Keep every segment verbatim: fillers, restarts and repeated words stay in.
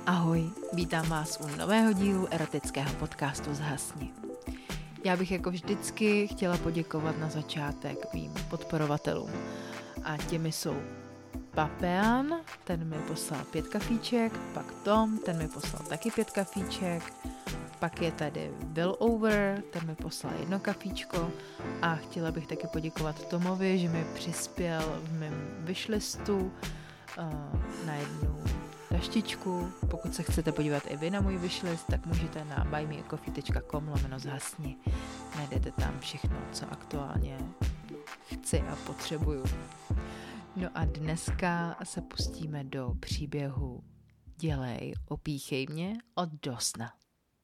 Ahoj, vítám vás u nového dílu erotického podcastu Zhasni. Já bych jako vždycky chtěla poděkovat na začátek mým podporovatelům. A těmi jsou Papean, ten mi poslal pět kafíček, pak Tom, ten mi poslal taky pět kafíček, pak je tady Will Over, ten mi poslal jedno kafíčko a chtěla bych taky poděkovat Tomovi, že mi přispěl v mém wishlistu uh, na jednu taštičku. Pokud se chcete podívat i vy na můj wishlist, tak můžete na buymeacoffee tečka com lomeno zhasni. Najdete tam všechno, co aktuálně chci a potřebuju. No a dneska se pustíme do příběhu Dělej, opíchej mě od dosna.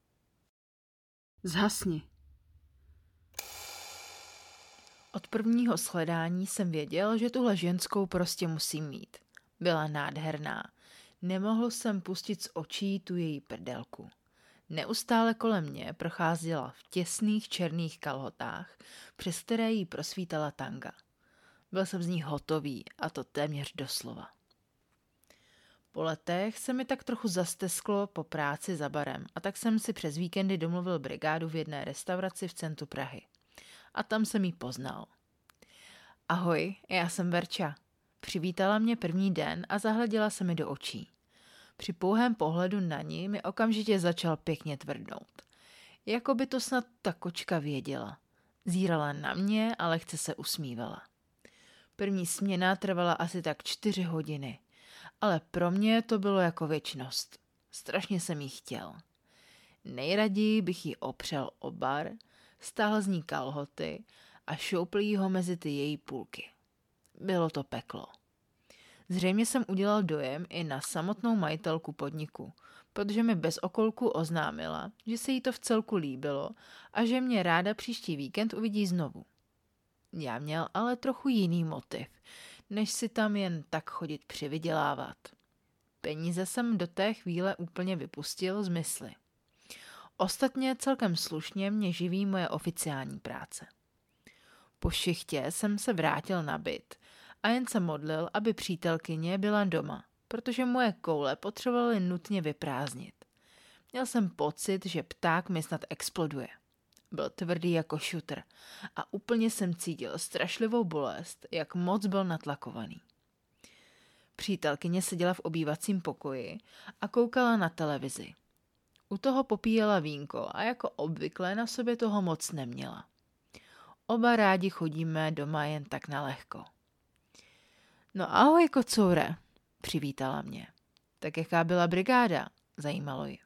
Zhasni. Od prvního shledání jsem věděl, že tuhle ženskou prostě musím mít. Byla nádherná. Nemohl jsem pustit z očí tu její prdelku. Neustále kolem mě procházela v těsných černých kalhotách, přes které jí prosvítala tanga. Byl jsem z ní hotový, a to téměř doslova. Po letech se mi tak trochu zastesklo po práci za barem a tak jsem si přes víkendy domluvil brigádu v jedné restauraci v centru Prahy. A tam jsem jí poznal. Ahoj, já jsem Verča. Přivítala mě první den a zahleděla se mi do očí. Při pouhém pohledu na ní mi okamžitě začal pěkně tvrdnout. Jako by to snad ta kočka věděla. Zírala na mě a lehce se usmívala. První směna trvala asi tak čtyři hodiny, ale pro mě to bylo jako věčnost. Strašně jsem jí chtěl. Nejraději bych jí opřel o bar, stáhl z ní kalhoty a šoupl jí ho mezi ty její půlky. Bylo to peklo. Zřejmě jsem udělal dojem i na samotnou majitelku podniku, protože mi bez okolku oznámila, že se jí to v celku líbilo a že mě ráda příští víkend uvidí znovu. Já měl ale trochu jiný motiv, než si tam jen tak chodit přivydělávat. Peníze jsem do té chvíle úplně vypustil z mysli. Ostatně celkem slušně mě živí moje oficiální práce. Po šichtě jsem se vrátil na byt a jen se modlil, aby přítelkyně byla doma, protože moje koule potřebovaly nutně vyprázdnit. Měl jsem pocit, že pták mi snad exploduje. Byl tvrdý jako šutr a úplně jsem cítil strašlivou bolest, jak moc byl natlakovaný. Přítelkyně seděla v obývacím pokoji a koukala na televizi. U toho popíjela vínko a jako obvykle na sobě toho moc neměla. Oba rádi chodíme doma jen tak na lehko. No ahoj, kocoure, přivítala mě. Tak jaká byla brigáda, zajímalo ji.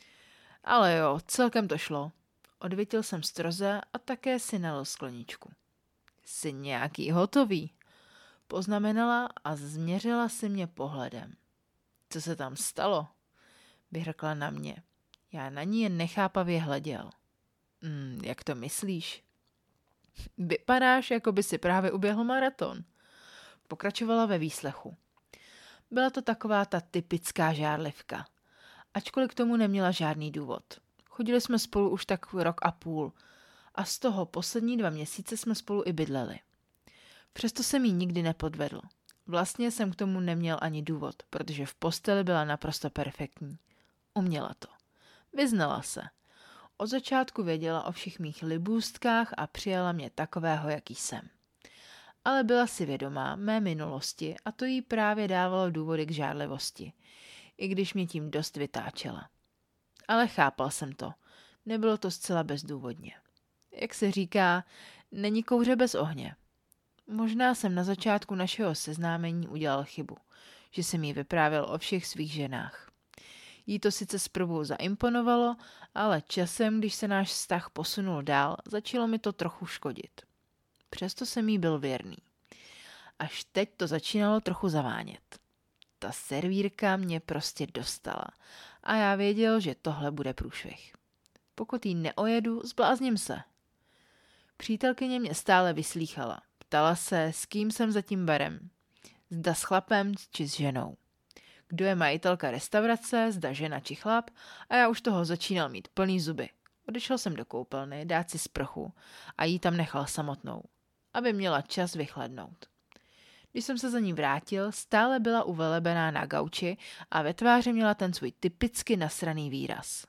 Ale jo, celkem to šlo. Odvětil jsem stroze a také si nalil skleničku. Jsi nějaký hotový, poznamenala a změřila si mě pohledem. Co se tam stalo? Vyhrkla na mě. Já na ní jen nechápavě hleděl. Hmm, jak to myslíš? Vypadáš, jako by si právě uběhl maraton. Pokračovala ve výslechu. Byla to taková ta typická žárlivka. Ačkoliv k tomu neměla žádný důvod. Chodili jsme spolu už tak rok a půl a z toho poslední dva měsíce jsme spolu i bydleli. Přesto jsem jí nikdy nepodvedl. Vlastně jsem k tomu neměl ani důvod, protože v posteli byla naprosto perfektní. Uměla to. Vyznala se. Od začátku věděla o všech mých libůstkách a přijala mě takového, jaký jsem. Ale byla si vědomá mé minulosti a to jí právě dávalo důvody k žárlivosti, i když mě tím dost vytáčela. Ale chápal jsem to. Nebylo to zcela bezdůvodně. Jak se říká, není kouře bez ohně. Možná jsem na začátku našeho seznámení udělal chybu, že jsem jí vyprávěl o všech svých ženách. Jí to sice zprvu zaimponovalo, ale časem, když se náš vztah posunul dál, začalo mi to trochu škodit. Přesto jsem jí byl věrný. Až teď to začínalo trochu zavánět. Ta servírka mě prostě dostala a já věděl, že tohle bude průšvih. Pokud jí neojedu, zblázním se. Přítelkyně mě stále vyslýchala. Ptala se, s kým jsem za tím barem. Zda s chlapem či s ženou. Kdo je majitelka restaurace, zda žena či chlap, a já už toho začínal mít plný zuby. Odešel jsem do koupelny dát si sprchu a jí tam nechal samotnou, aby měla čas vychladnout. Když jsem se za ní vrátil, stále byla uvelebená na gauči a ve tváři měla ten svůj typicky nasraný výraz.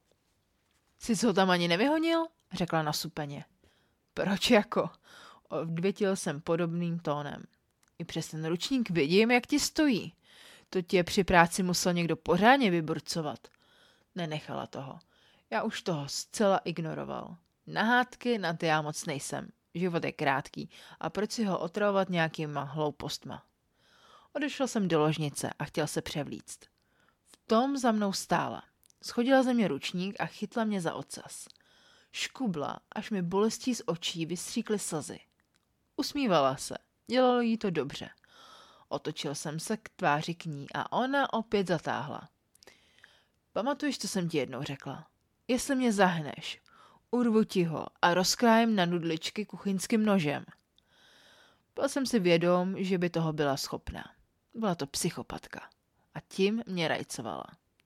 Jsi se ho tam ani nevyhonil? Řekla nasupeně. Proč jako? Odvětil jsem podobným tónem. I přes ten ručník vidím, jak ti stojí. To tě při práci musel někdo pořádně vyburcovat. Nenechala toho. Já už toho zcela ignoroval. Na hádky na ty já moc nejsem. Život je krátký a proč si ho otravovat nějakýma hloupostma. Odešel jsem do ložnice a chtěl se převlíct. V tom za mnou stála. Schodila ze mě ručník a chytla mě za ocas. Škubla, až mi bolestí z očí vystříkly slzy. Usmívala se. Dělalo jí to dobře. Otočil jsem se k tváři k ní a ona opět zatáhla. Pamatuješ, co jsem ti jednou řekla? Jestli mě zahneš, urvu ti ho a rozkrájem na nudličky kuchyňským nožem. Byl jsem si vědom, že by toho byla schopná. Byla to psychopatka. A tím mě rajcovala.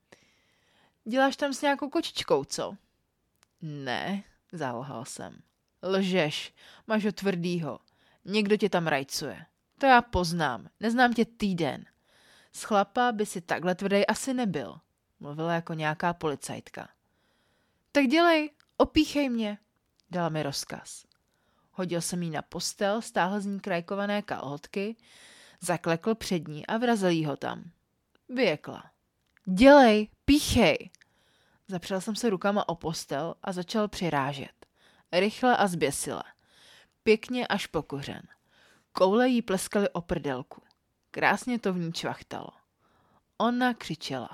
Děláš tam s nějakou kočičkou, co? Ne, zálhal jsem. Lžeš, máš ho tvrdýho. Někdo tě tam rajcuje. To já poznám, neznám tě týden. Z chlapa by si takhle tvrdý asi nebyl. Mluvila jako nějaká policajtka. Tak dělej, opíchej mě, dala mi rozkaz. Hodil jsem jí na postel, stáhl z ní krajkované kalhotky, zaklekl před ní a vrazil jí ho tam. Vyjekla. Dělej, píchej. Zapřel jsem se rukama o postel a začal přirážet. Rychle a zběsile. Pěkně až pokořen. Koule jí pleskaly o prdelku. Krásně to v ní čvachtalo. Ona křičela.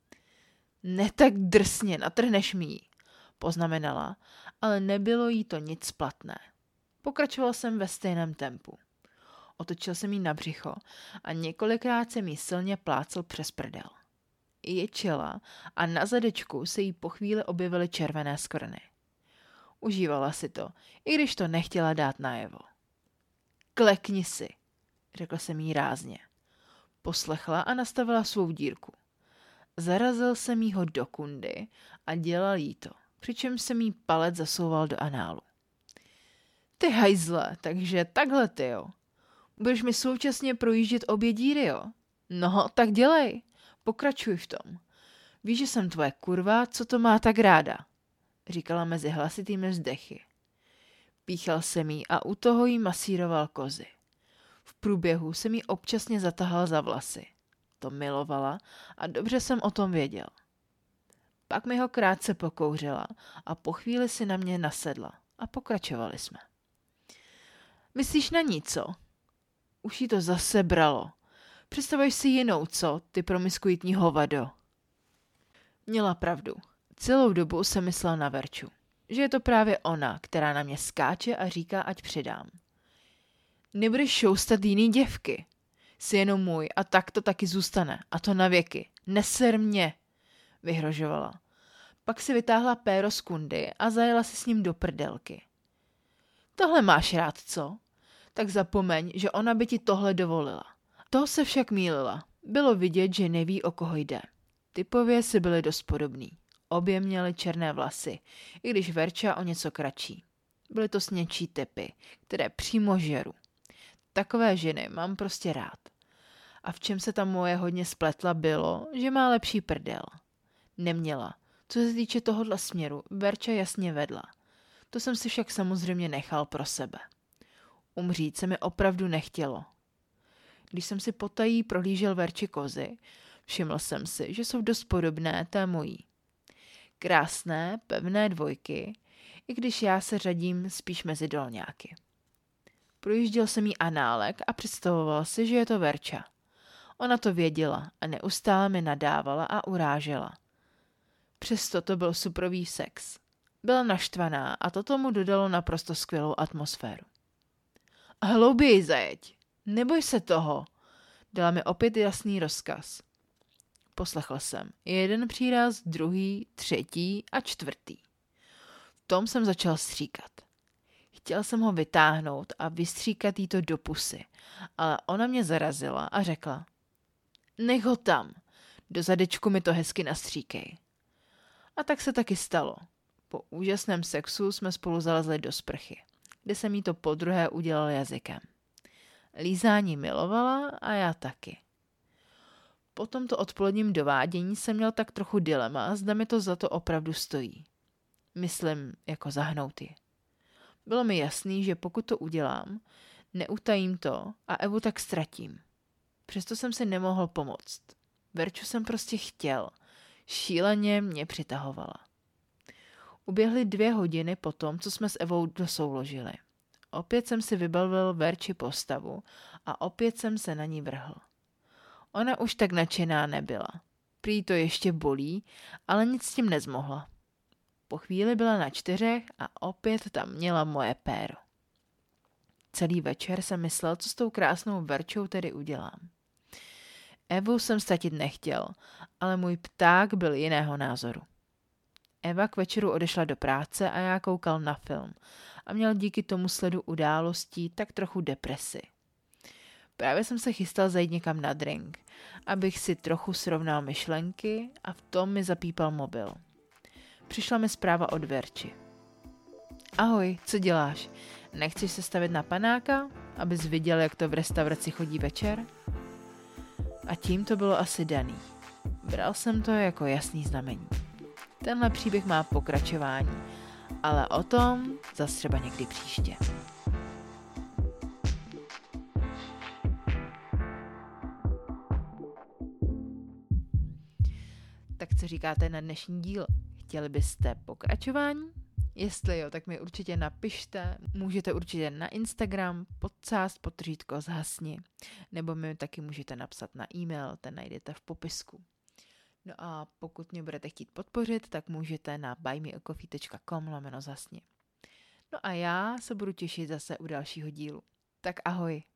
Ne tak drsně, natrhneš mi ji, poznamenala, ale nebylo jí to nic platné. Pokračoval jsem ve stejném tempu. Otočil jsem jí na břicho a několikrát jsem jí silně plácel přes prdel. Ječela a na zadečku se jí po chvíli objevily červené skvrny. Užívala si to, i když to nechtěla dát najevo. Klekni si, řekl jsem jí rázně. Poslechla a nastavila svou dírku. Zarazil jsem jí ho do kundy a dělal jí to, přičemž jsem jí palec zasouval do análu. Ty hajzle, takže takhle ty jo. Budeš mi současně projíždět obě díry, jo? No, tak dělej, pokračuj v tom. Víš, že jsem tvoje kurva, co to má tak ráda, říkala mezi hlasitými vzdechy. Píchal jsem jí a u toho jí masíroval kozy. V průběhu jsem jí občasně zatahal za vlasy. To milovala a dobře jsem o tom věděl. Pak mi ho krátce pokouřila a po chvíli si na mě nasedla a pokračovali jsme. Myslíš na ní, co? Už jí to zase bralo. Představuješ si jinou, co, ty promiskuitní hovado? Měla pravdu. Celou dobu jsem myslela na Verču. Že je to právě ona, která na mě skáče a říká, ať předám. Nebudeš šoustat jiný děvky. Jsi jenom můj a tak to taky zůstane. A to na věky. Neser mě, vyhrožovala. Pak si vytáhla péro z kundy a zajela si s ním do prdelky. Tohle máš rád, co? Tak zapomeň, že ona by ti tohle dovolila. Toho se však mýlila. Bylo vidět, že neví, o koho jde. Typově si byli dost podobný. Obě měly černé vlasy, i když Verča o něco kratší. Byly to sněčí typy, které přímo žeru. Takové ženy mám prostě rád. A v čem se tam moje hodně spletla bylo, že má lepší prdel. Neměla. Co se týče tohohle směru, Verča jasně vedla. To jsem si však samozřejmě nechal pro sebe. Umřít se mi opravdu nechtělo. Když jsem si potají prohlížel Verči kozy, všiml jsem si, že jsou dost podobné té mojí. Krásné, pevné dvojky, i když já se řadím spíš mezi dolňáky. Projížděl jsem jí análek a představoval si, že je to Verča. Ona to věděla a neustále mi nadávala a urážela. Přesto to byl suprový sex. Byla naštvaná a to tomu dodalo naprosto skvělou atmosféru. Hlouběji, zajeď, neboj se toho, dala mi opět jasný rozkaz. Poslechl jsem. Jeden příraz, druhý, třetí a čtvrtý. V tom jsem začal stříkat. Chtěl jsem ho vytáhnout a vystříkat jí to do pusy, ale ona mě zarazila a řekla: Nech ho tam, do zadečku mi to hezky nastříkej. A tak se taky stalo. Po úžasném sexu jsme spolu zalezli do sprchy, kde jsem jí to podruhé udělal jazykem. Lízání milovala a já taky. Po tomto odpoledním dovádění jsem měl tak trochu dilema, zda mi to za to opravdu stojí. Myslím, jako zahnout ji. Bylo mi jasný, že pokud to udělám, neutajím to a Evu tak ztratím. Přesto jsem si nemohl pomoct. Verču jsem prostě chtěl. Šíleně mě přitahovala. Uběhly dvě hodiny po tom, co jsme s Evou dosouložili. Opět jsem si vybavil Verči postavu a opět jsem se na ní vrhl. Ona už tak nadšená nebyla. Prý to ještě bolí, ale nic s tím nezmohla. Po chvíli byla na čtyřech a opět tam měla moje péro. Celý večer jsem myslel, co s tou krásnou Verčou tedy udělám. Evu jsem ztratit nechtěl, ale můj pták byl jiného názoru. Eva k večeru odešla do práce a já koukal na film a měl díky tomu sledu událostí tak trochu depresi. Právě jsem se chystal zajít někam na drink, abych si trochu srovnal myšlenky a v tom mi zapípal mobil. Přišla mi zpráva od Verči. Ahoj, co děláš? Nechceš se stavit na panáka, abys viděl, jak to v restauraci chodí večer? A tím to bylo asi daný. Bral jsem to jako jasný znamení. Tenhle příběh má pokračování, ale o tom zas třeba někdy příště. Tak co říkáte na dnešní díl? Chtěli byste pokračování? Jestli jo, tak mi určitě napište. Můžete určitě na Instagram podcast podtržítko zhasni, nebo mi taky můžete napsat na e-mail, ten najdete v popisku. No a pokud mě budete chtít podpořit, tak můžete na buymeacoffee tečka com lomeno zhasni. No a já se budu těšit zase u dalšího dílu. Tak ahoj.